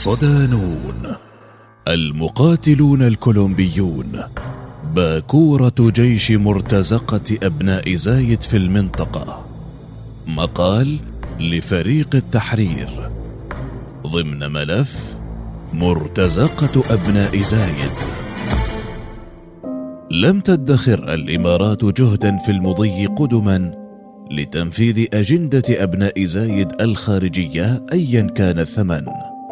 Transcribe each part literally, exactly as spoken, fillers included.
صدانون، المقاتلون الكولومبيون، باكورة جيش مرتزقة أبناء زايد في المنطقة. مقال لفريق التحرير ضمن ملف مرتزقة أبناء زايد. لم تدخر الإمارات جهدا في المضي قدما لتنفيذ أجندة أبناء زايد الخارجية أيا كان الثمن،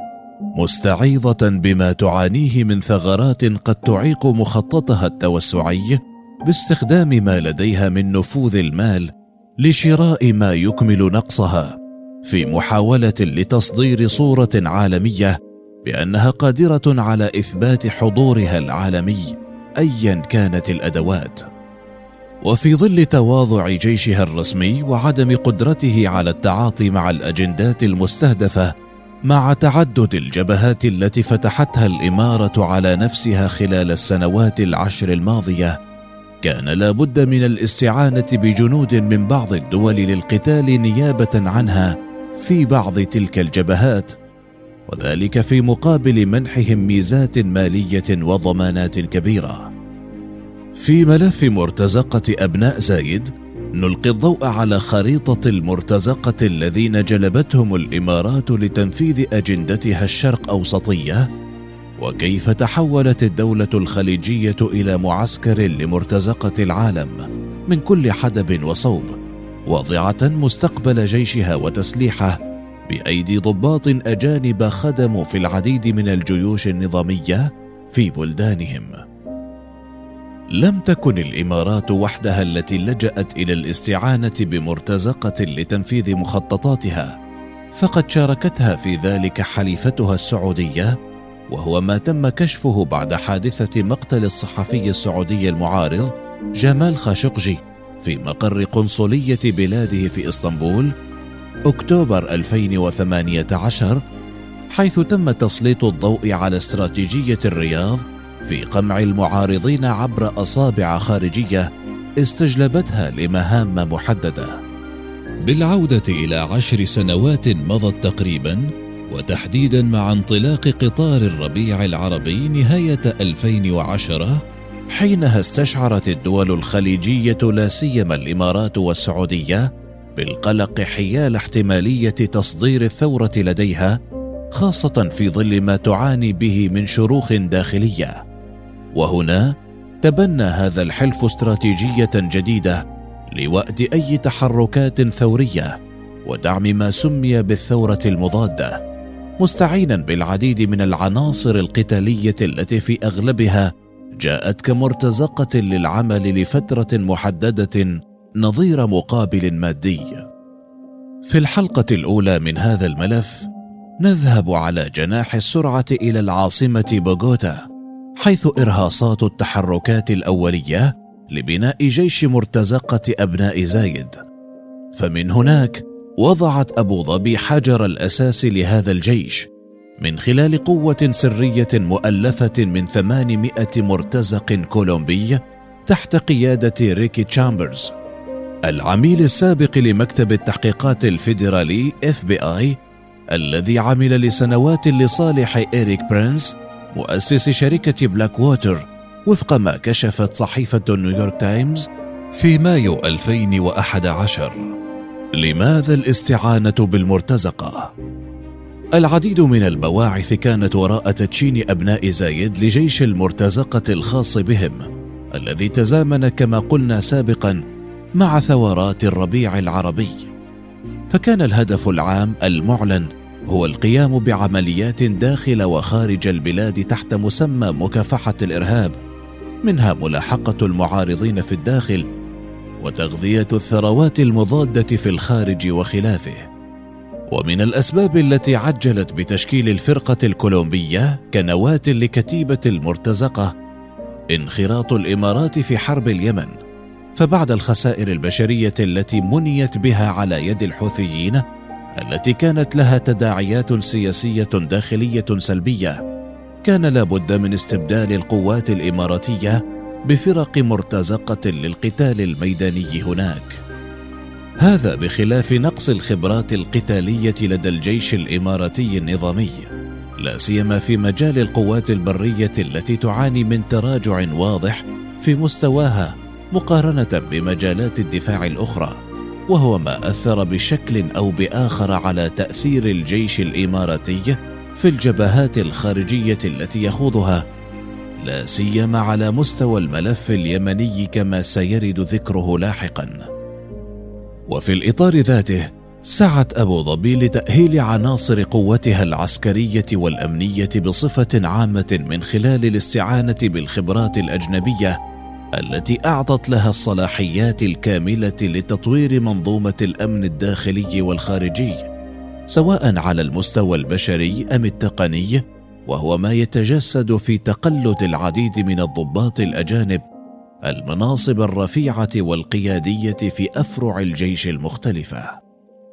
مستعيضة بما تعانيه من ثغرات قد تعيق مخططها التوسعي باستخدام ما لديها من نفوذ المال لشراء ما يكمل نقصها، في محاولة لتصدير صورة عالمية بأنها قادرة على إثبات حضورها العالمي أيا كانت الأدوات. وفي ظل تواضع جيشها الرسمي وعدم قدرته على التعاطي مع الأجندات المستهدفة، مع تعدد الجبهات التي فتحتها الإمارة على نفسها خلال السنوات العشر الماضية، كان لا بد من الاستعانة بجنود من بعض الدول للقتال نيابة عنها في بعض تلك الجبهات، وذلك في مقابل منحهم ميزات مالية وضمانات كبيرة. في ملف مرتزقة أبناء زايد نلقي الضوء على خريطة المرتزقة الذين جلبتهم الإمارات لتنفيذ أجندتها الشرق أوسطية، وكيف تحولت الدولة الخليجية إلى معسكر لمرتزقة العالم من كل حدب وصوب، واضعة مستقبل جيشها وتسليحه بأيدي ضباط أجانب خدموا في العديد من الجيوش النظامية في بلدانهم. لم تكن الإمارات وحدها التي لجأت إلى الاستعانة بمرتزقة لتنفيذ مخططاتها، فقد شاركتها في ذلك حليفتها السعودية، وهو ما تم كشفه بعد حادثة مقتل الصحفي السعودي المعارض جمال خاشقجي في مقر قنصلية بلاده في إسطنبول أكتوبر ألفين وثمانية عشر، حيث تم تسليط الضوء على استراتيجية الرياض في قمع المعارضين عبر أصابع خارجية استجلبتها لمهام محددة. بالعودة إلى عشر سنوات مضت تقريبا، وتحديدا مع انطلاق قطار الربيع العربي نهاية ألفين وعشرة، حينها استشعرت الدول الخليجية لا سيما الإمارات والسعودية بالقلق حيال احتمالية تصدير الثورة لديها، خاصة في ظل ما تعاني به من شروخ داخلية. وهنا تبنى هذا الحلف استراتيجية جديدة لوأد أي تحركات ثورية ودعم ما سمي بالثورة المضادة، مستعينا بالعديد من العناصر القتالية التي في أغلبها جاءت كمرتزقة للعمل لفترة محددة نظير مقابل مادي. في الحلقة الأولى من هذا الملف نذهب على جناح السرعة إلى العاصمة بوغوتا، حيث إرهاصات التحركات الأولية لبناء جيش مرتزقة أبناء زايد. فمن هناك وضعت أبو ظبي حجر الأساس لهذا الجيش من خلال قوة سرية مؤلفة من ثمانمائة مرتزق كولومبي تحت قيادة ريكي تشامبرز، العميل السابق لمكتب التحقيقات الفيدرالي إف بي آي، الذي عمل لسنوات لصالح إيريك برينس مؤسس شركة بلاك ووتر، وفق ما كشفت صحيفة نيويورك تايمز في مايو ألفين وأحد عشر. لماذا الاستعانة بالمرتزقة؟ العديد من البواعث كانت وراء تدشين أبناء زايد لجيش المرتزقة الخاص بهم، الذي تزامن كما قلنا سابقا مع ثورات الربيع العربي. فكان الهدف العام المعلن هو القيام بعمليات داخل وخارج البلاد تحت مسمى مكافحة الإرهاب، منها ملاحقة المعارضين في الداخل وتغذية الثروات المضادة في الخارج وخلافه. ومن الأسباب التي عجلت بتشكيل الفرقة الكولومبية كنواة لكتيبة المرتزقة انخراط الإمارات في حرب اليمن، فبعد الخسائر البشرية التي منيت بها على يد الحوثيين، التي كانت لها تداعيات سياسية داخلية سلبية، كان لابد من استبدال القوات الإماراتية بفرق مرتزقة للقتال الميداني هناك. هذا بخلاف نقص الخبرات القتالية لدى الجيش الإماراتي النظامي، لا سيما في مجال القوات البرية التي تعاني من تراجع واضح في مستواها مقارنة بمجالات الدفاع الأخرى، وهو ما أثر بشكل أو بآخر على تأثير الجيش الإماراتي في الجبهات الخارجية التي يخوضها، لا سيما على مستوى الملف اليمني كما سيرد ذكره لاحقا. وفي الإطار ذاته سعت أبو ظبي لتأهيل عناصر قوتها العسكرية والأمنية بصفة عامة من خلال الاستعانة بالخبرات الأجنبية التي أعطت لها الصلاحيات الكاملة لتطوير منظومة الأمن الداخلي والخارجي، سواء على المستوى البشري أم التقني، وهو ما يتجسد في تقلد العديد من الضباط الأجانب المناصب الرفيعة والقيادية في أفرع الجيش المختلفة.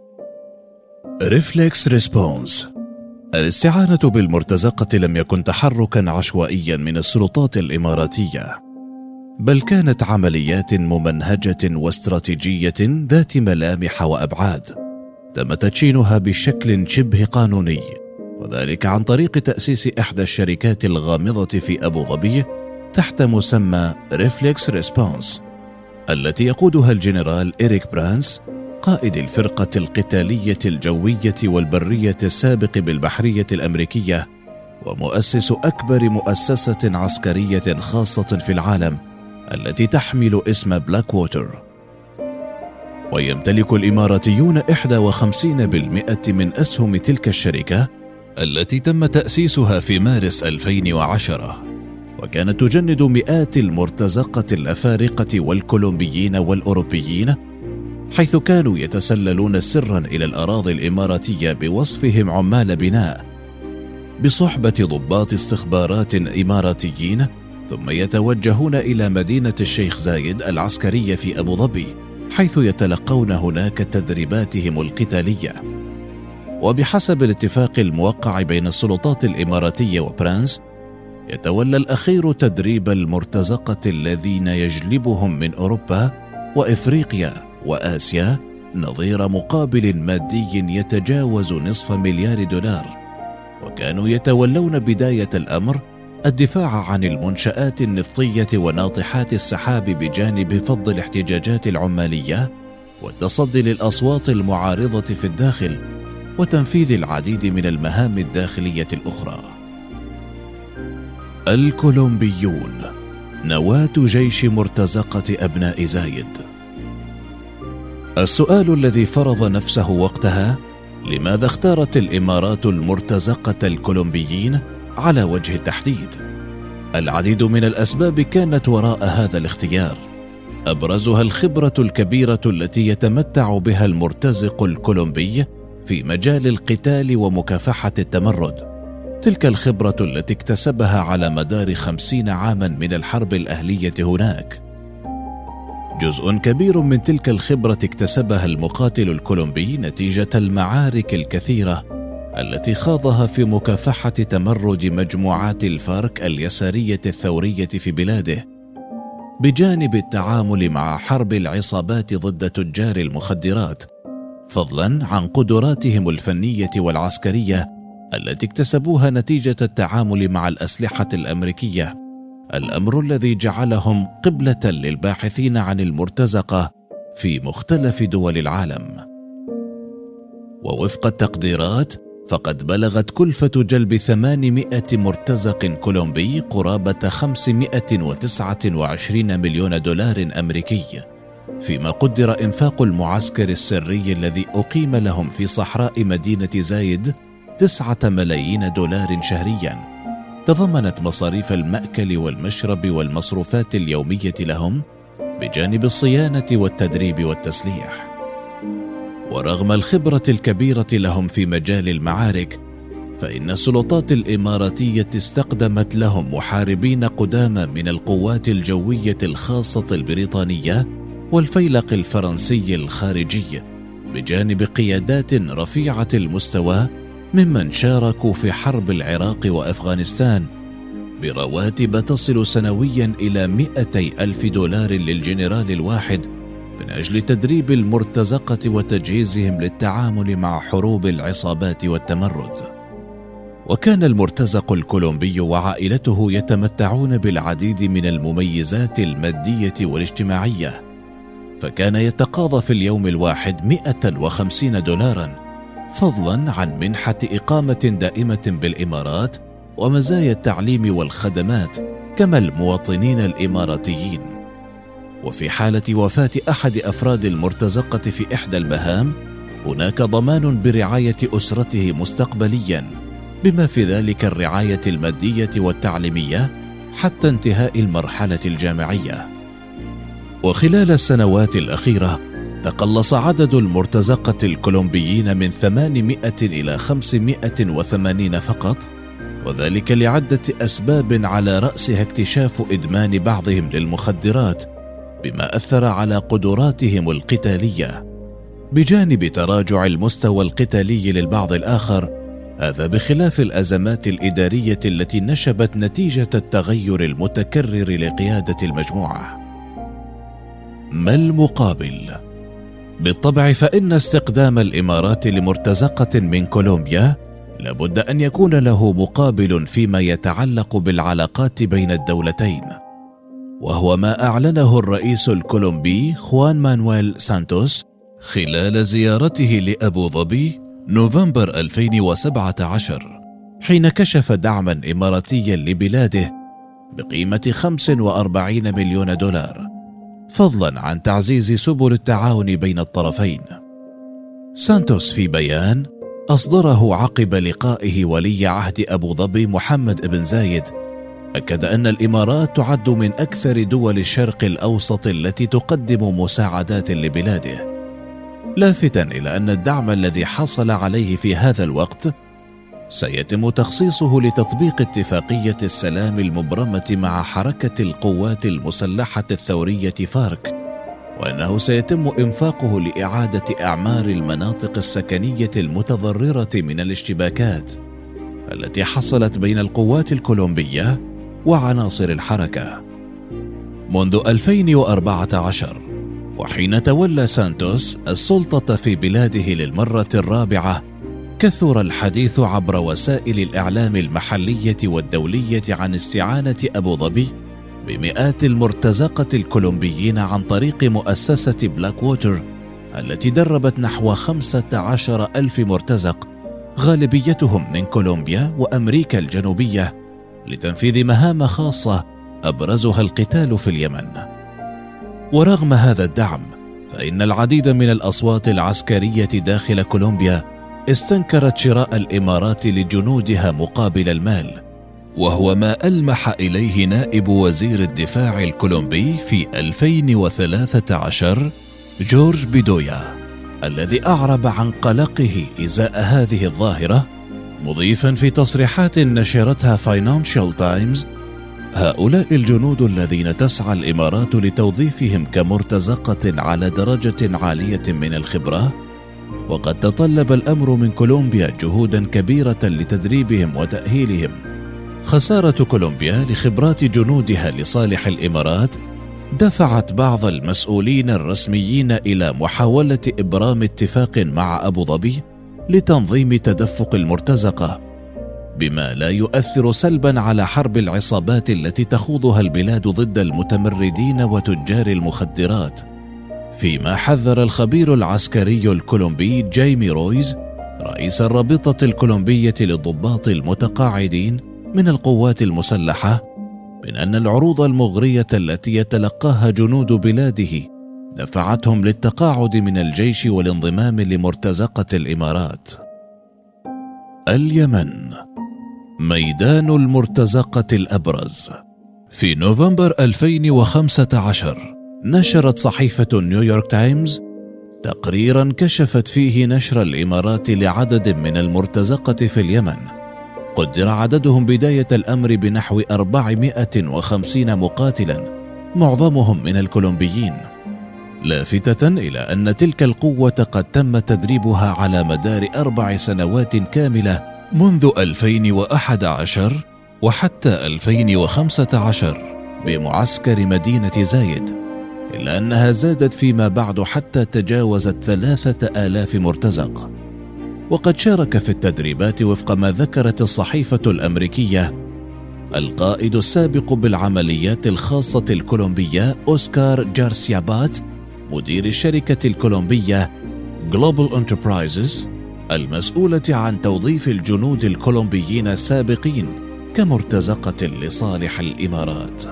ريفلكس ريسبونس. الاستعانة بالمرتزقة لم يكن تحركا عشوائيا من السلطات الإماراتية، بل كانت عمليات ممنهجة واستراتيجية ذات ملامح وأبعاد تم تدشينها بشكل شبه قانوني، وذلك عن طريق تأسيس إحدى الشركات الغامضة في أبو ظبي تحت مسمى ريفلكس ريسبونس، التي يقودها الجنرال إريك برانس، قائد الفرقة القتالية الجوية والبرية السابق بالبحرية الأمريكية، ومؤسس أكبر مؤسسة عسكرية خاصة في العالم التي تحمل اسم بلاك ووتر. ويمتلك الإماراتيون إحدى وخمسين بالمئة من أسهم تلك الشركة التي تم تأسيسها في مارس ألفين وعشرة، وكانت تجند مئات المرتزقة الأفارقة والكولومبيين والأوروبيين، حيث كانوا يتسللون سرا إلى الأراضي الإماراتية بوصفهم عمال بناء بصحبة ضباط استخبارات إماراتيين، ثم يتوجهون إلى مدينة الشيخ زايد العسكرية في أبو ظبي، حيث يتلقون هناك تدريباتهم القتالية. وبحسب الاتفاق الموقع بين السلطات الإماراتية وبرانس، يتولى الأخير تدريب المرتزقة الذين يجلبهم من أوروبا وإفريقيا وآسيا نظير مقابل مادي يتجاوز نصف مليار دولار. وكانوا يتولون بداية الأمر الدفاع عن المنشآت النفطية وناطحات السحاب بجانب فض الاحتجاجات العمالية والتصدي للأصوات المعارضة في الداخل وتنفيذ العديد من المهام الداخلية الأخرى. الكولومبيون نواة جيش مرتزقة أبناء زايد. السؤال الذي فرض نفسه وقتها: لماذا اختارت الإمارات المرتزقة الكولومبيين على وجه التحديد؟ العديد من الأسباب كانت وراء هذا الاختيار، أبرزها الخبرة الكبيرة التي يتمتع بها المرتزق الكولومبي في مجال القتال ومكافحة التمرد، تلك الخبرة التي اكتسبها على مدار خمسين عاما من الحرب الأهلية هناك. جزء كبير من تلك الخبرة اكتسبها المقاتل الكولومبي نتيجة المعارك الكثيرة التي خاضها في مكافحة تمرد مجموعات الفارك اليسارية الثورية في بلاده، بجانب التعامل مع حرب العصابات ضد تجار المخدرات، فضلا عن قدراتهم الفنية والعسكرية التي اكتسبوها نتيجة التعامل مع الأسلحة الأمريكية، الأمر الذي جعلهم قبلة للباحثين عن المرتزقة في مختلف دول العالم. ووفق التقديرات فقد بلغت كلفة جلب ثمانمائة مرتزق كولومبي قرابة خمسمائة وتسعة وعشرين مليون دولار أمريكي، فيما قدر إنفاق المعسكر السري الذي أقيم لهم في صحراء مدينة زايد تسعة ملايين دولار شهريا، تضمنت مصاريف المأكل والمشرب والمصروفات اليومية لهم بجانب الصيانة والتدريب والتسليح. ورغم الخبرة الكبيرة لهم في مجال المعارك، فإن السلطات الإماراتية استخدمت لهم محاربين قدامى من القوات الجوية الخاصة البريطانية والفيلق الفرنسي الخارجي، بجانب قيادات رفيعة المستوى ممن شاركوا في حرب العراق وأفغانستان، برواتب تصل سنويا إلى مئتي ألف دولار للجنرال الواحد من أجل تدريب المرتزقة وتجهيزهم للتعامل مع حروب العصابات والتمرد. وكان المرتزق الكولومبي وعائلته يتمتعون بالعديد من المميزات المادية والاجتماعية، فكان يتقاضى في اليوم الواحد مئة وخمسين دولارا، فضلا عن منحة إقامة دائمة بالإمارات ومزايا التعليم والخدمات كما المواطنين الإماراتيين. وفي حالة وفاة أحد أفراد المرتزقة في إحدى المهام هناك ضمان برعاية أسرته مستقبليا، بما في ذلك الرعاية المادية والتعليمية حتى انتهاء المرحلة الجامعية. وخلال السنوات الأخيرة تقلص عدد المرتزقة الكولومبيين من ثمانمائة إلى خمسمائة وثمانين فقط، وذلك لعدة أسباب على رأسها اكتشاف إدمان بعضهم للمخدرات بما أثر على قدراتهم القتالية، بجانب تراجع المستوى القتالي للبعض الآخر، هذا بخلاف الأزمات الإدارية التي نشبت نتيجة التغير المتكرر لقيادة المجموعة. ما المقابل؟ بالطبع فإن استقدام الإمارات لمرتزقة من كولومبيا لابد أن يكون له مقابل فيما يتعلق بالعلاقات بين الدولتين، وهو ما أعلنه الرئيس الكولومبي خوان مانويل سانتوس خلال زيارته لأبو ظبي نوفمبر ألفين وسبعة عشر، حين كشف دعما إماراتيا لبلاده بقيمة خمسة وأربعين مليون دولار، فضلا عن تعزيز سبل التعاون بين الطرفين. سانتوس في بيان أصدره عقب لقائه ولي عهد أبو ظبي محمد بن زايد أكد أن الإمارات تعد من أكثر دول الشرق الأوسط التي تقدم مساعدات لبلاده، لافتا إلى أن الدعم الذي حصل عليه في هذا الوقت سيتم تخصيصه لتطبيق اتفاقية السلام المبرمة مع حركة القوات المسلحة الثورية فارك، وأنه سيتم إنفاقه لإعادة أعمار المناطق السكنية المتضررة من الاشتباكات التي حصلت بين القوات الكولومبية وعناصر الحركة. منذ ألفين وأربعة عشر وحين تولى سانتوس السلطة في بلاده للمرة الرابعة، كثر الحديث عبر وسائل الإعلام المحلية والدولية عن استعانة أبو ظبي بمئات المرتزقة الكولومبيين عن طريق مؤسسة بلاك ووتر التي دربت نحو خمسة عشر ألف مرتزق غالبيتهم من كولومبيا وأمريكا الجنوبية لتنفيذ مهام خاصة أبرزها القتال في اليمن. ورغم هذا الدعم فإن العديد من الأصوات العسكرية داخل كولومبيا استنكرت شراء الإمارات لجنودها مقابل المال، وهو ما ألمح إليه نائب وزير الدفاع الكولومبي في ألفين وثلاثة عشر جورج بيدويا، الذي أعرب عن قلقه إزاء هذه الظاهرة، مضيفا في تصريحات نشرتها فاينانشال تايمز: هؤلاء الجنود الذين تسعى الإمارات لتوظيفهم كمرتزقة على درجة عالية من الخبرة، وقد تطلب الأمر من كولومبيا جهودا كبيرة لتدريبهم وتأهيلهم. خسارة كولومبيا لخبرات جنودها لصالح الإمارات دفعت بعض المسؤولين الرسميين إلى محاولة إبرام اتفاق مع أبو ظبي لتنظيم تدفق المرتزقة، بما لا يؤثر سلبا على حرب العصابات التي تخوضها البلاد ضد المتمردين وتجار المخدرات. فيما حذر الخبير العسكري الكولومبي جايمي رويز رئيس الرابطة الكولومبية للضباط المتقاعدين من القوات المسلحة من أن العروض المغرية التي يتلقاها جنود بلاده دفعتهم للتقاعد من الجيش والانضمام لمرتزقة الإمارات. اليمن، ميدان المرتزقة الأبرز. في نوفمبر ألفين وخمسة عشر نشرت صحيفة نيويورك تايمز تقريرا كشفت فيه نشر الإمارات لعدد من المرتزقة في اليمن قدر عددهم بداية الأمر بنحو أربعمائة وخمسين مقاتلا، معظمهم من الكولومبيين، لافتة إلى أن تلك القوة قد تم تدريبها على مدار أربع سنوات كاملة منذ ألفين وأحد عشر وحتى ألفين وخمسة عشر بمعسكر مدينة زايد، إلا أنها زادت فيما بعد حتى تجاوزت ثلاثة آلاف مرتزق. وقد شارك في التدريبات وفق ما ذكرت الصحيفة الأمريكية القائد السابق بالعمليات الخاصة الكولومبية أوسكار جارسيابات مدير الشركة الكولومبية Global Enterprises المسؤولة عن توظيف الجنود الكولومبيين السابقين كمرتزقة لصالح الإمارات.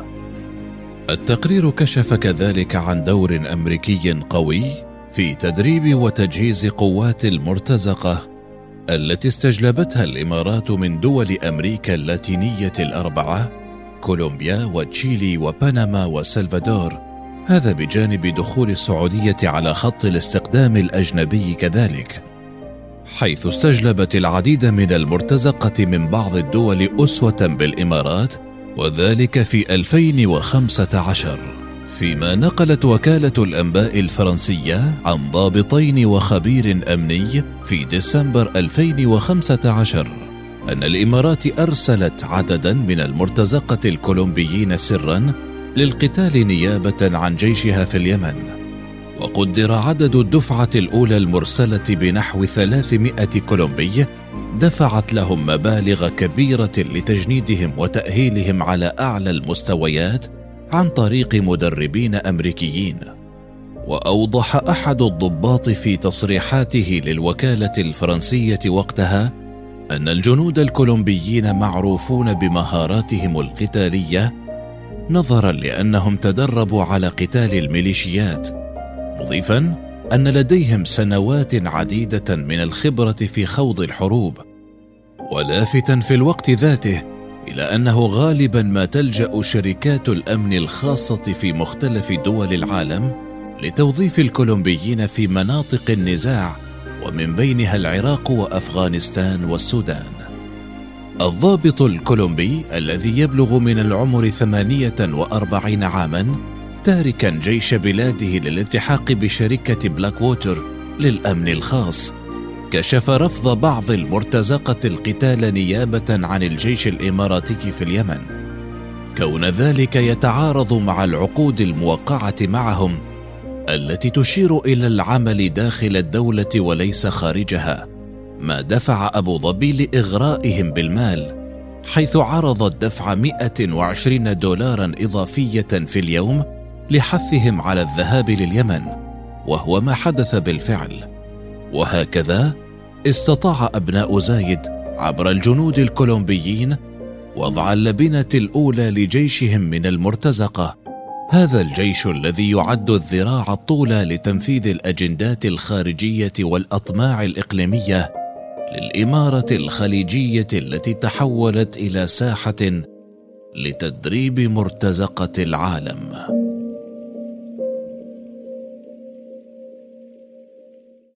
التقرير كشف كذلك عن دور أمريكي قوي في تدريب وتجهيز قوات المرتزقة التي استجلبتها الإمارات من دول أمريكا اللاتينية الأربعة كولومبيا وتشيلي وبنما وسلفادور، هذا بجانب دخول السعودية على خط الاستقدام الأجنبي كذلك، حيث استجلبت العديد من المرتزقة من بعض الدول أسوة بالإمارات، وذلك في ألفين وخمسة عشر، فيما نقلت وكالة الأنباء الفرنسية عن ضابطين وخبير أمني في ديسمبر ألفين وخمسة عشر أن الإمارات أرسلت عددا من المرتزقة الكولومبيين سرا للقتال نيابة عن جيشها في اليمن. وقدر عدد الدفعة الأولى المرسلة بنحو ثلاثمائة كولومبي دفعت لهم مبالغ كبيرة لتجنيدهم وتأهيلهم على أعلى المستويات عن طريق مدربين أمريكيين. وأوضح أحد الضباط في تصريحاته للوكالة الفرنسية وقتها أن الجنود الكولومبيين معروفون بمهاراتهم القتالية نظرا لأنهم تدربوا على قتال الميليشيات، مضيفا أن لديهم سنوات عديدة من الخبرة في خوض الحروب، ولافتا في الوقت ذاته إلى أنه غالبا ما تلجأ شركات الأمن الخاصة في مختلف دول العالم لتوظيف الكولومبيين في مناطق النزاع، ومن بينها العراق وأفغانستان والسودان. الضابط الكولومبي الذي يبلغ من العمر ثمانية وأربعين عاما تاركا جيش بلاده للالتحاق بشركة بلاك ووتر للأمن الخاص كشف رفض بعض المرتزقة القتال نيابة عن الجيش الإماراتي في اليمن، كون ذلك يتعارض مع العقود الموقعة معهم التي تشير إلى العمل داخل الدولة وليس خارجها، ما دفع أبو ظبي لإغرائهم بالمال، حيث عرضت دفع مئة وعشرين دولارا إضافية في اليوم لحثهم على الذهاب لليمن، وهو ما حدث بالفعل. وهكذا استطاع أبناء زايد عبر الجنود الكولومبيين وضع اللبنة الأولى لجيشهم من المرتزقة، هذا الجيش الذي يعد الذراع الطولى لتنفيذ الأجندات الخارجية والأطماع الإقليمية للإمارة الخليجية التي تحولت إلى ساحة لتدريب مرتزقة العالم.